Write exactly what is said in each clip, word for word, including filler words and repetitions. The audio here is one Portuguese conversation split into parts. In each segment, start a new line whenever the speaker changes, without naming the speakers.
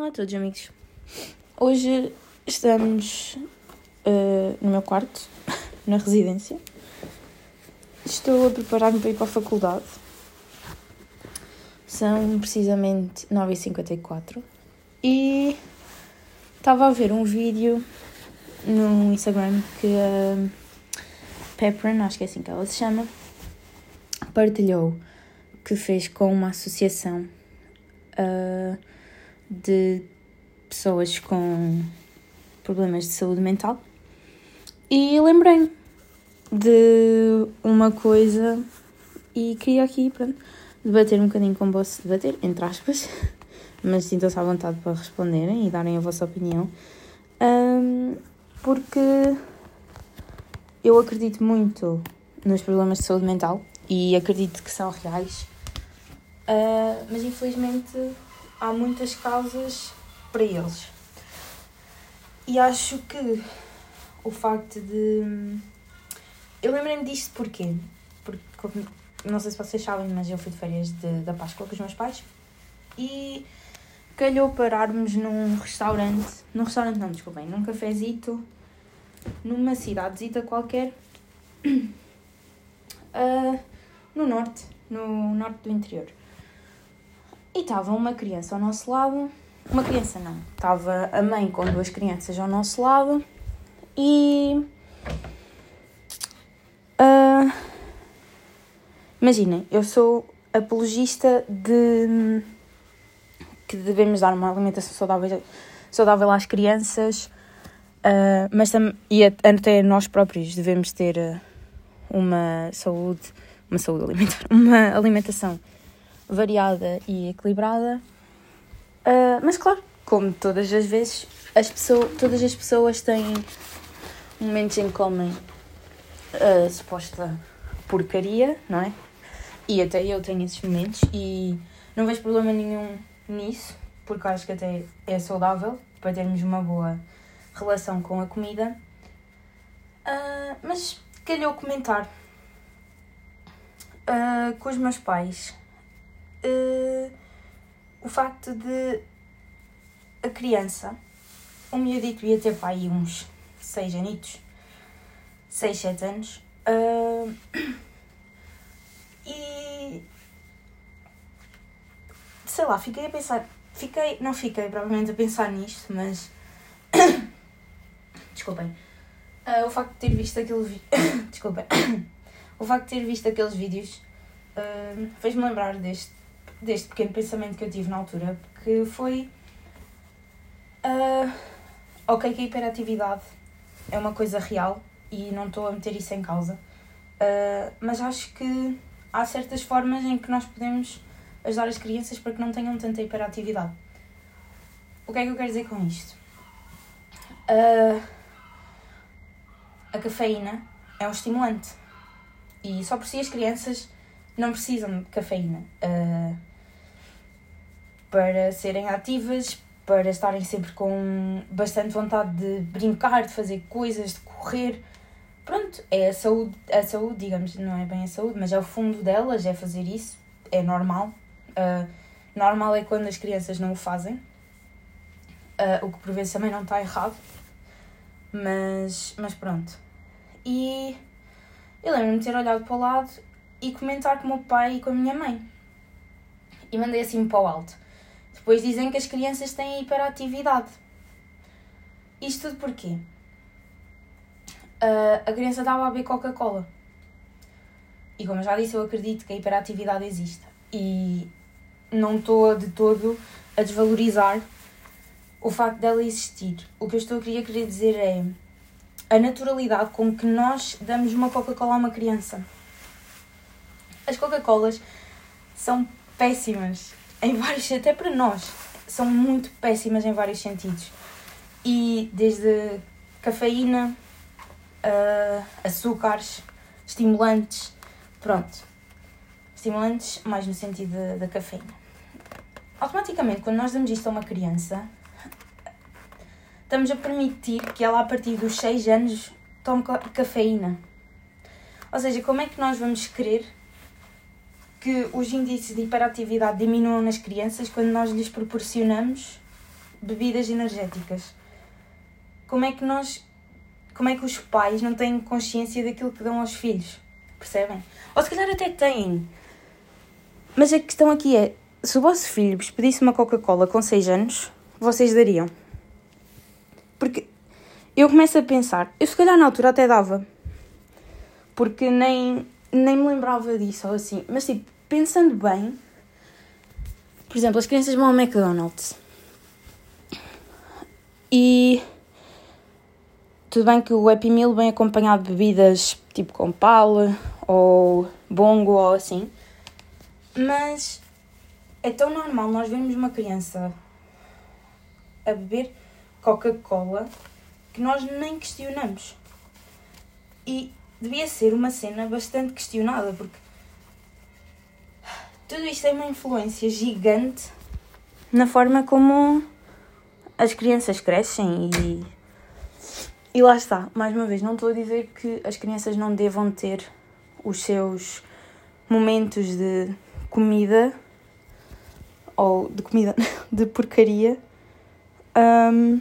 Olá a todos, amigos. Hoje estamos uh, no meu quarto, na residência. Estou a preparar-me para ir para a faculdade. São precisamente nove e cinquenta e quatro e estava a ver um vídeo no Instagram que a Pepperin, acho que é assim que ela se chama, partilhou, que fez com uma associação uh, de pessoas com problemas de saúde mental, e lembrei-me de uma coisa e queria aqui, pronto, debater um bocadinho com vós, debater, entre aspas, mas sintam-se à vontade para responderem e darem a vossa opinião, um, porque eu acredito muito nos problemas de saúde mental e acredito que são reais, uh, mas infelizmente há muitas causas para eles. E acho que o facto de... Eu lembrei-me disto porquê? Porque, não sei se vocês sabem, mas eu fui de férias de, da Páscoa com os meus pais e calhou pararmos num restaurante, num restaurante não, desculpem, num cafezito, numa cidadezita qualquer, uh, no norte, no norte do interior. E estava uma criança ao nosso lado, uma criança não, estava a mãe com duas crianças ao nosso lado e... Uh, imaginem, eu sou apologista de que devemos dar uma alimentação saudável, saudável às crianças, uh, mas tam, e até nós próprios devemos ter uh, uma saúde, uma saúde alimentar, uma alimentação variada e equilibrada, uh, mas claro, como todas as vezes, as pessoas, todas as pessoas têm momentos em que comem a suposta porcaria, não é? E até eu tenho esses momentos e não vejo problema nenhum nisso, porque acho que até é saudável para termos uma boa relação com a comida. Uh, mas calhou comentar uh, com os meus pais uh, o facto de a criança, o miudito ia ter para aí uns seis anitos, seis, sete anos, uh, e sei lá, fiquei a pensar, fiquei, não fiquei provavelmente a pensar nisto, mas desculpem, uh, o facto de ter visto aquele vídeo, desculpem, o facto de ter visto aqueles vídeos uh, fez-me lembrar deste, deste pequeno pensamento que eu tive na altura, que foi uh, ok que a hiperatividade é uma coisa real e não estou a meter isso em causa, uh, mas acho que há certas formas em que nós podemos ajudar as crianças para que não tenham tanta hiperatividade. O que é que eu quero dizer com isto? Uh, a cafeína é um estimulante e só por si as crianças não precisam de cafeína uh, para serem ativas, para estarem sempre com bastante vontade de brincar, de fazer coisas, de correr. Pronto, é a saúde, a saúde, digamos, não é bem a saúde, mas é o fundo delas, é fazer isso, é normal. Uh, normal é quando as crianças não o fazem, uh, o que por vezes também não está errado, mas, mas pronto. E eu lembro-me de ter olhado para o lado e comentar com o meu pai e com a minha mãe. E mandei assim para o alto. Depois dizem que as crianças têm hiperatividade. Isto tudo porquê? Uh, a criança estava a beber Coca-Cola. E como eu já disse, eu acredito que a hiperatividade existe. E não estou de todo a desvalorizar o facto dela existir. O que eu estou a querer, querer dizer é a naturalidade com que nós damos uma Coca-Cola a uma criança. As Coca-Colas são péssimas em vários, até para nós, são muito péssimas em vários sentidos. E desde cafeína, uh, açúcares, estimulantes, pronto. Estimulantes mais no sentido da, da cafeína. Automaticamente, quando nós damos isto a uma criança, estamos a permitir que ela, a partir dos seis anos, tome cafeína. Ou seja, como é que nós vamos querer que os índices de hiperatividade diminuam nas crianças quando nós lhes proporcionamos bebidas energéticas. Como é que nós, como é que os pais não têm consciência daquilo que dão aos filhos? Percebem? Ou se calhar até têm. Mas a questão aqui é, se o vosso filho vos pedisse uma Coca-Cola com seis anos, vocês dariam? Porque eu começo a pensar, eu se calhar na altura até dava, porque nem, nem me lembrava disso ou assim, mas tipo, pensando bem, por exemplo, as crianças vão ao McDonald's e tudo bem que o Happy Meal vem acompanhado de bebidas tipo com pala ou bongo ou assim, mas é tão normal nós vermos uma criança a beber Coca-Cola que nós nem questionamos. E devia ser uma cena bastante questionada, porque tudo isto tem uma influência gigante na forma como as crianças crescem e, e lá está. Mais uma vez, não estou a dizer que as crianças não devam ter os seus momentos de comida ou de comida de porcaria, um,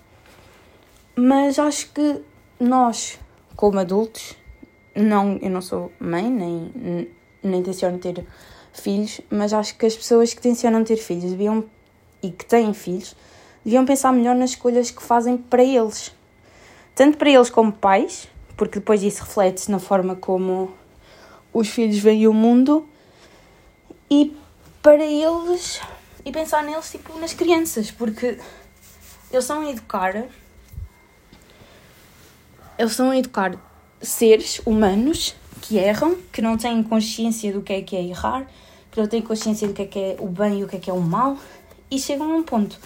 mas acho que nós, como adultos, não, eu não sou mãe, nem, nem tenciono ter filhos, mas acho que as pessoas que tencionam ter filhos deviam, e que têm filhos, deviam pensar melhor nas escolhas que fazem para eles. Tanto para eles como pais, porque depois isso reflete-se na forma como os filhos veem o mundo, e para eles, e pensar neles tipo nas crianças, porque eles estão a educar, eles estão a educar seres humanos que erram, que não têm consciência do que é que é errar, que não têm consciência do que é que é o bem e o que é que é o mal, e chegam a um ponto.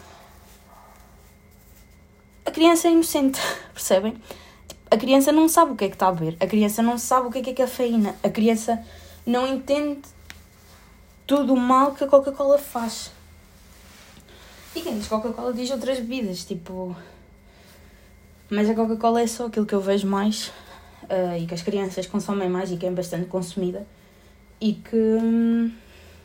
A criança é inocente, percebem? A criança não sabe o que é que está a beber, a criança não sabe o que é que é cafeína, a criança não entende tudo o mal que a Coca-Cola faz. E quem diz Coca-Cola diz outras bebidas, tipo... Mas a Coca-Cola é só aquilo que eu vejo mais, uh, e que as crianças consomem mais e que é bastante consumida. E que... Hum,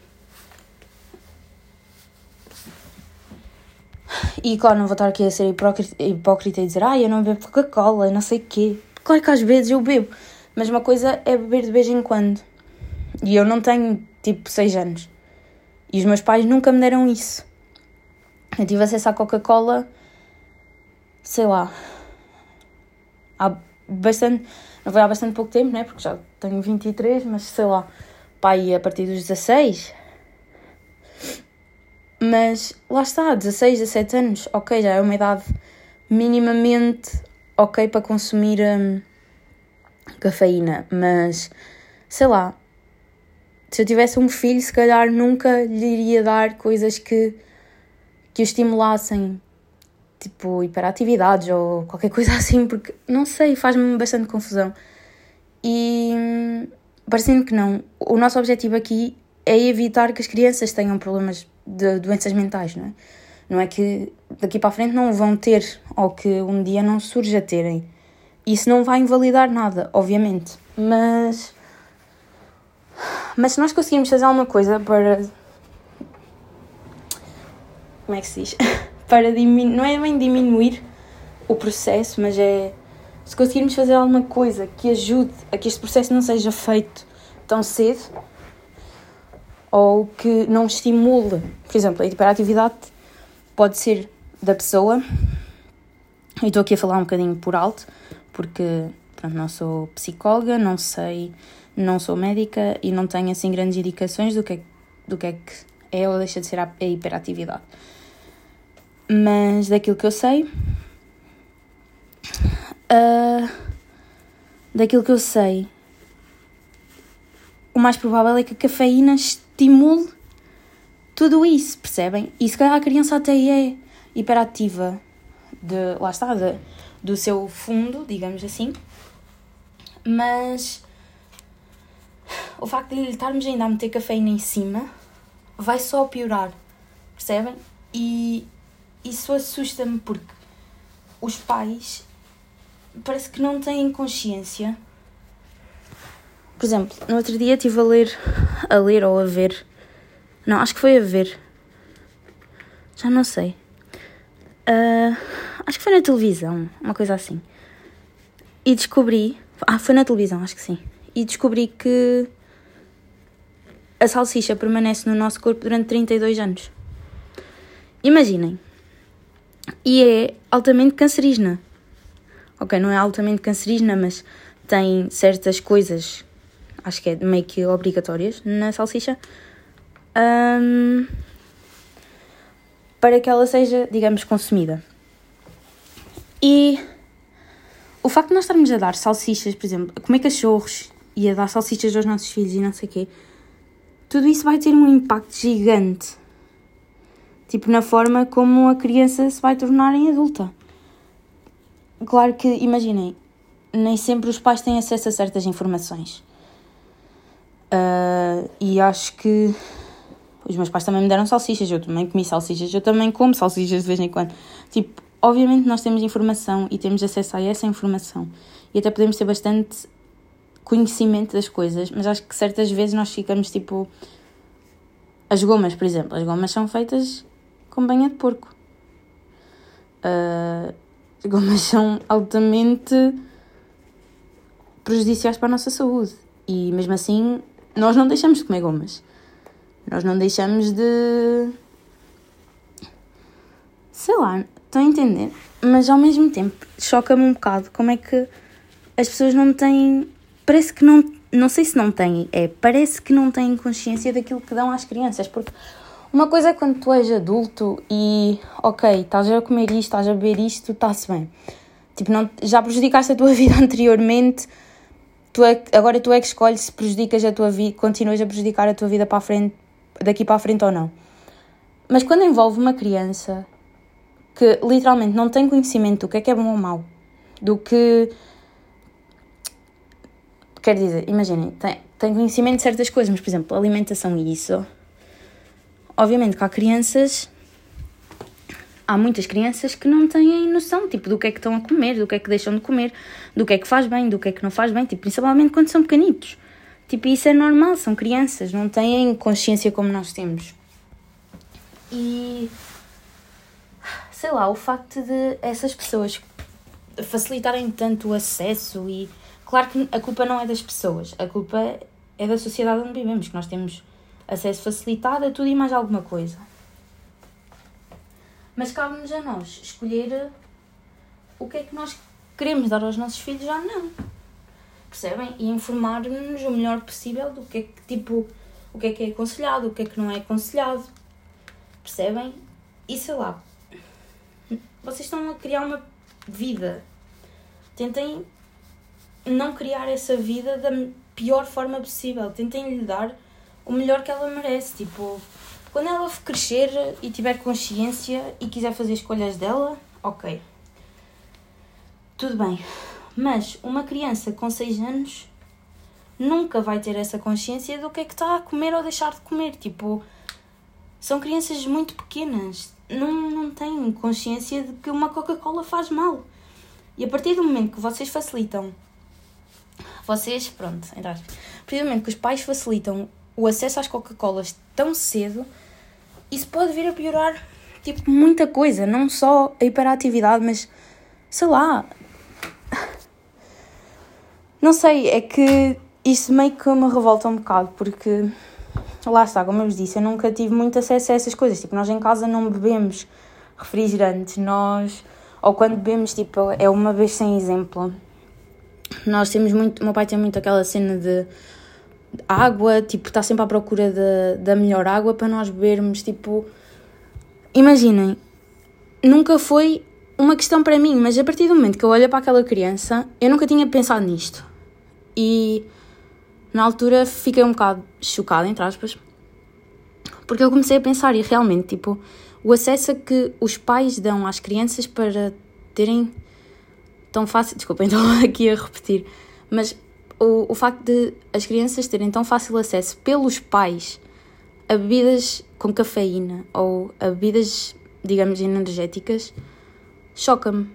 e claro, não vou estar aqui a ser hipócrita, hipócrita e dizer ah, eu não bebo Coca-Cola, não sei o quê. Claro que às vezes eu bebo, mas uma coisa é beber de vez em quando. E eu não tenho, tipo, seis anos. E os meus pais nunca me deram isso. Eu tive acesso à Coca-Cola, sei lá, há bastante... Não foi há bastante pouco tempo, né? Porque já tenho vinte e três, mas sei lá, pai, a partir dos dezasseis. Mas lá está, dezasseis, dezassete anos, ok, já é uma idade minimamente ok para consumir hum, cafeína, mas sei lá, se eu tivesse um filho, se calhar nunca lhe iria dar coisas que, que o estimulassem, tipo hiperatividades ou qualquer coisa assim, porque não sei, faz-me bastante confusão. E hum, parecendo que não, o nosso objetivo aqui é evitar que as crianças tenham problemas de doenças mentais, não é? Não é que daqui para a frente não vão ter, ou que um dia não surge a terem. Isso não vai invalidar nada, obviamente. Mas... Mas se nós conseguirmos fazer alguma coisa para... Como é que se diz? Para diminuir... Não é bem diminuir o processo, mas é... Se conseguirmos fazer alguma coisa que ajude a que este processo não seja feito tão cedo, ou que não estimule, por exemplo, a hiperatividade pode ser da pessoa, e estou aqui a falar um bocadinho por alto, porque pronto, não sou psicóloga, não sei, não sou médica e não tenho assim grandes indicações do que é, do que, é que é ou deixa de ser a, a hiperatividade. Mas daquilo que eu sei, uh, daquilo que eu sei, o mais provável é que a cafeína estimule tudo isso, percebem? E se calhar a criança até é hiperativa, de, lá está, de, do seu fundo, digamos assim, mas o facto de lhe estarmos ainda a meter cafeína em cima vai só piorar, percebem? E isso assusta-me porque os pais parece que não têm consciência. Por exemplo, no outro dia estive a ler, a ler ou a ver, não, acho que foi a ver, já não sei, Uh, acho que foi na televisão, uma coisa assim. E descobri... Ah, foi na televisão, acho que sim. E descobri que a salsicha permanece no nosso corpo durante trinta e dois anos. Imaginem. E é altamente cancerígena. Ok, não é altamente cancerígena, mas tem certas coisas, acho que é meio que obrigatórias na salsicha, um, para que ela seja, digamos, consumida. E o facto de nós estarmos a dar salsichas, por exemplo, a comer cachorros e a dar salsichas aos nossos filhos e não sei o quê, tudo isso vai ter um impacto gigante. Tipo, na forma como a criança se vai tornar em adulta. Claro que, imaginem, nem sempre os pais têm acesso a certas informações. Uh, e acho que os meus pais também me deram salsichas, eu também comi salsichas, eu também como salsichas de vez em quando. Tipo, obviamente nós temos informação e temos acesso a essa informação. E até podemos ter bastante conhecimento das coisas, mas acho que certas vezes nós ficamos tipo... As gomas, por exemplo, as gomas são feitas com banha de porco. Uh, as gomas são altamente prejudiciais para a nossa saúde. E mesmo assim, nós não deixamos de comer gomas. Nós não deixamos de... Sei lá, estão a entender? Mas ao mesmo tempo, choca-me um bocado como é que as pessoas não têm... Parece que não... Não sei se não têm, é... Parece que não têm consciência daquilo que dão às crianças. Porque uma coisa é quando tu és adulto e... Ok, estás a comer isto, estás a beber isto, está-se bem. Tipo, não, já prejudicaste a tua vida anteriormente... Tu é, agora tu é que escolhes se prejudicas a tua vida, continuas a prejudicar a tua vida para a frente, daqui para a frente ou não. Mas quando envolve uma criança que literalmente não tem conhecimento do que é que é bom ou mau, do que... Quer dizer, imaginem, tem, tem conhecimento de certas coisas, mas, por exemplo, alimentação e isso... Obviamente que há crianças... Há muitas crianças que não têm noção, tipo, do que é que estão a comer, do que é que deixam de comer, do que é que faz bem, do que é que não faz bem, tipo, principalmente quando são pequenitos. Tipo, isso é normal, são crianças, não têm consciência como nós temos. E, sei lá, o facto de essas pessoas facilitarem tanto o acesso e... Claro que a culpa não é das pessoas, a culpa é da sociedade onde vivemos, que nós temos acesso facilitado a tudo e mais alguma coisa. Mas cabe-nos a nós escolher o que é que nós queremos dar aos nossos filhos ou não. Percebem? E informar-nos o melhor possível do que é que, tipo, o que é que é aconselhado, o que é que não é aconselhado. Percebem? E sei lá, vocês estão a criar uma vida. Tentem não criar essa vida da pior forma possível. Tentem lhe dar o melhor que ela merece. Tipo... Quando ela crescer e tiver consciência e quiser fazer escolhas dela, ok. Tudo bem. Mas uma criança com seis anos nunca vai ter essa consciência do que é que está a comer ou deixar de comer. Tipo, são crianças muito pequenas. Não, não têm consciência de que uma Coca-Cola faz mal. E a partir do momento que vocês facilitam... Vocês, pronto, a partir do momento que os pais facilitam o acesso às Coca-Colas tão cedo... Isso pode vir a piorar, tipo, muita coisa. Não só a hiperatividade, mas, sei lá... Não sei, é que isso meio que me revolta um bocado, porque... Lá está, como eu vos disse, eu nunca tive muito acesso a essas coisas. Tipo, nós em casa não bebemos refrigerantes, nós... Ou quando bebemos, tipo, é uma vez sem exemplo. Nós temos muito... O meu pai tem muito aquela cena de... água, tipo, está sempre à procura de, da melhor água para nós bebermos, tipo... Imaginem, nunca foi uma questão para mim, mas a partir do momento que eu olho para aquela criança, eu nunca tinha pensado nisto. E, na altura, fiquei um bocado chocada, entre aspas, porque eu comecei a pensar, e realmente, tipo, o acesso a que os pais dão às crianças para terem tão fácil... Desculpem, estou aqui a repetir, mas... O, o facto de as crianças terem tão fácil acesso pelos pais a bebidas com cafeína ou a bebidas, digamos, energéticas, choca-me.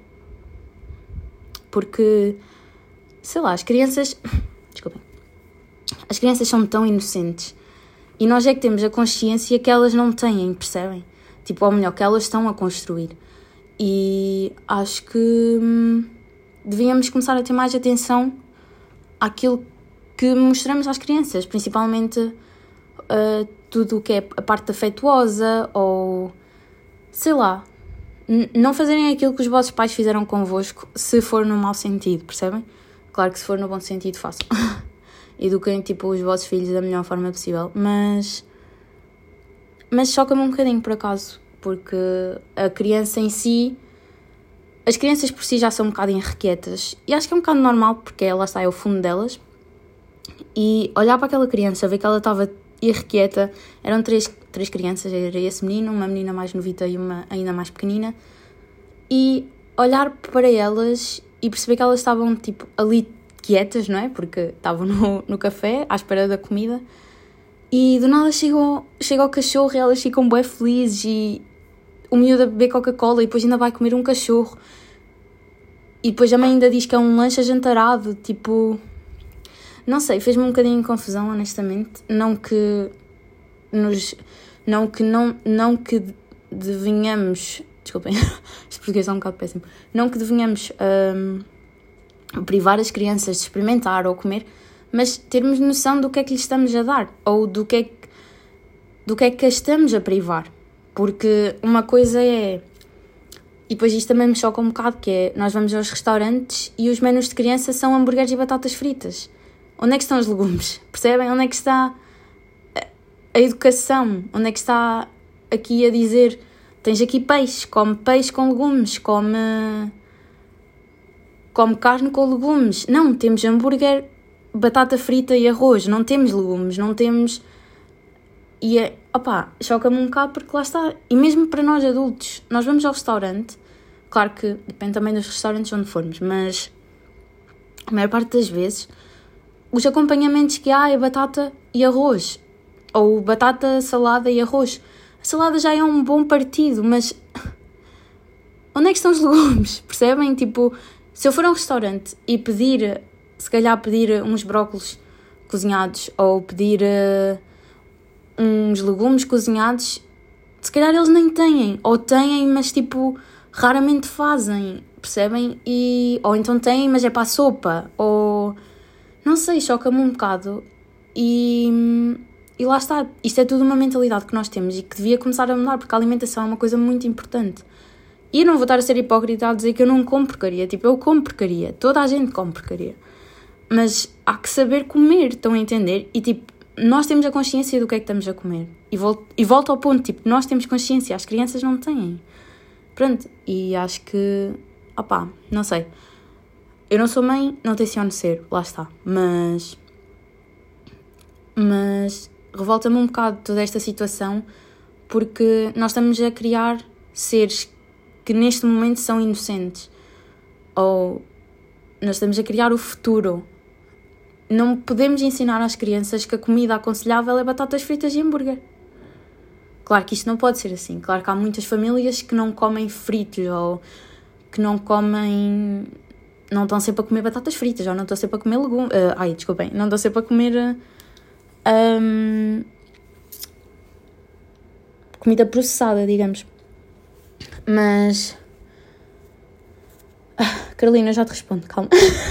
Porque, sei lá, as crianças... Desculpem. As crianças são tão inocentes e nós é que temos a consciência que elas não têm, percebem? Tipo, ou melhor, que elas estão a construir. E acho que hum, devíamos começar a ter mais atenção àquilo que mostramos às crianças, principalmente uh, tudo o que é a parte afetuosa ou, sei lá, n- não fazerem aquilo que os vossos pais fizeram convosco se for no mau sentido, percebem? Claro que se for no bom sentido, façam. Eduquem, tipo, os vossos filhos da melhor forma possível, mas... Mas choca-me um bocadinho, por acaso, porque a criança em si... As crianças por si já são um bocado irrequietas, e acho que é um bocado normal, porque ela está ao fundo delas, e olhar para aquela criança, ver que ela estava irrequieta, eram três, três crianças, era esse menino, uma menina mais novita e uma ainda mais pequenina, e olhar para elas e perceber que elas estavam, tipo, ali quietas, não é? Porque estavam no, no café, à espera da comida, e do nada chega, chega o cachorro e elas ficam bué felizes, e o miúdo a beber Coca-Cola e depois ainda vai comer um cachorro, e depois a mãe ainda diz que é um lanche ajantarado, tipo... Não sei, fez-me um bocadinho de confusão, honestamente. Não que nos... Não que não, não que devenhamos... Desculpem, este português é um bocado péssimo. Não que devenhamos um, privar as crianças de experimentar ou comer, mas termos noção do que é que lhes estamos a dar, ou do que é que, do que é que as estamos a privar. Porque uma coisa é... E depois isto também me choca um bocado, que é... Nós vamos aos restaurantes e os menus de criança são hambúrgueres e batatas fritas. Onde é que estão os legumes? Percebem? Onde é que está a, a educação? Onde é que está aqui a dizer... Tens aqui peixe, come peixe com legumes, come... Come carne com legumes. Não, temos hambúrguer, batata frita e arroz. Não temos legumes, não temos... E é... Opá, choca-me um bocado porque lá está. E mesmo para nós adultos, nós vamos ao restaurante, claro que depende também dos restaurantes onde formos, mas a maior parte das vezes os acompanhamentos que há é batata e arroz, ou batata, salada e arroz. A salada já é um bom partido, mas onde é que estão os legumes? Percebem? Tipo, se eu for a um restaurante e pedir, se calhar pedir uns brócolos cozinhados, ou pedir... Uh, uns legumes cozinhados, se calhar eles nem têm, ou têm, mas tipo, raramente fazem, percebem? E, ou então têm, mas é para a sopa, ou, não sei, choca-me um bocado, e, e lá está, isto é tudo uma mentalidade que nós temos e que devia começar a mudar, porque a alimentação é uma coisa muito importante. E eu não vou estar a ser hipócrita a dizer que eu não como porcaria, tipo, eu como porcaria, toda a gente come porcaria, mas há que saber comer, estão a entender? E tipo, nós temos a consciência do que é que estamos a comer. E volto, e volto ao ponto, tipo, nós temos consciência, as crianças não têm. Pronto, e acho que... Opá, não sei. Eu não sou mãe, não tenciono ser, lá está. Mas... Mas revolta-me um bocado toda esta situação, porque nós estamos a criar seres que neste momento são inocentes. Ou nós estamos a criar o futuro. Não podemos ensinar às crianças que a comida aconselhável é batatas fritas e hambúrguer. Claro que isto não pode ser assim. Claro que há muitas famílias que não comem fritos, ou que não comem... Não estão sempre a comer batatas fritas, ou não estão sempre a comer legumes... Uh, ai, desculpem. Não estão sempre a comer... Uh, um, comida processada, digamos. Mas... Uh, Carolina, já te respondo, calma.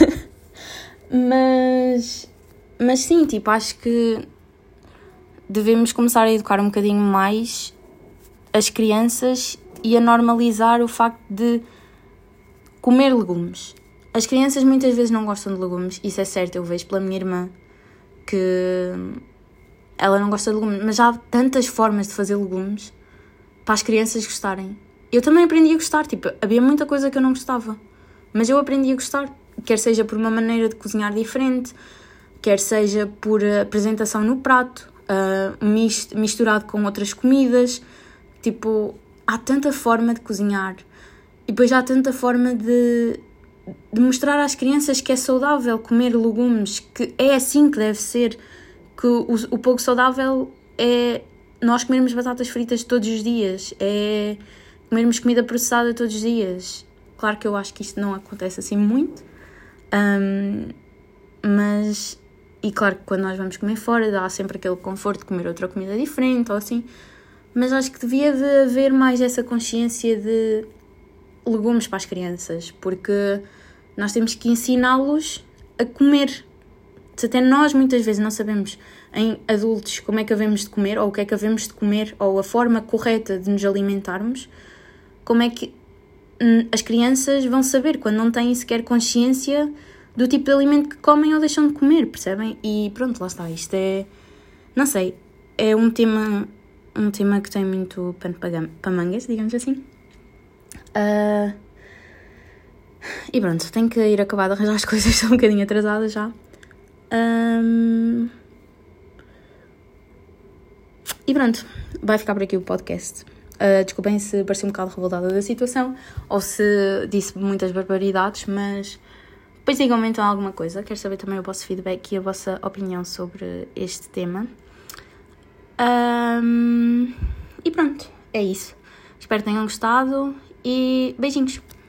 Mas, mas sim, tipo, acho que devemos começar a educar um bocadinho mais as crianças e a normalizar o facto de comer legumes. As crianças muitas vezes não gostam de legumes, isso é certo, eu vejo pela minha irmã que ela não gosta de legumes, mas há tantas formas de fazer legumes para as crianças gostarem. Eu também aprendi a gostar, tipo, havia muita coisa que eu não gostava, mas eu aprendi a gostar. Quer seja por uma maneira de cozinhar diferente, quer seja por apresentação no prato, uh, mist- misturado com outras comidas. Tipo, há tanta forma de cozinhar. E depois há tanta forma de, de mostrar às crianças que é saudável comer legumes, que é assim que deve ser, que o, o pouco saudável é nós comermos batatas fritas todos os dias, é comermos comida processada todos os dias. Claro que eu acho que isto não acontece assim muito, Um, mas, e claro que quando nós vamos comer fora dá sempre aquele conforto de comer outra comida diferente ou assim, mas acho que devia de haver mais essa consciência de legumes para as crianças, porque nós temos que ensiná-los a comer. Se até nós muitas vezes não sabemos em adultos como é que havemos de comer, ou o que é que havemos de comer, ou a forma correta de nos alimentarmos, como é que as crianças vão saber quando não têm sequer consciência do tipo de alimento que comem ou deixam de comer, percebem? E pronto, lá está, isto é, não sei, é um tema, um tema que tem muito pano para mangas, digamos assim. Uh, e pronto, tenho que ir acabar de arranjar as coisas, estou um bocadinho atrasada já. Um, e pronto, vai ficar por aqui o podcast. Uh, desculpem se parecia um bocado revoltada da situação ou se disse muitas barbaridades, mas depois digam-me então alguma coisa. Quero saber também o vosso feedback e a vossa opinião sobre este tema. Um, e pronto, é isso. Espero que tenham gostado e beijinhos!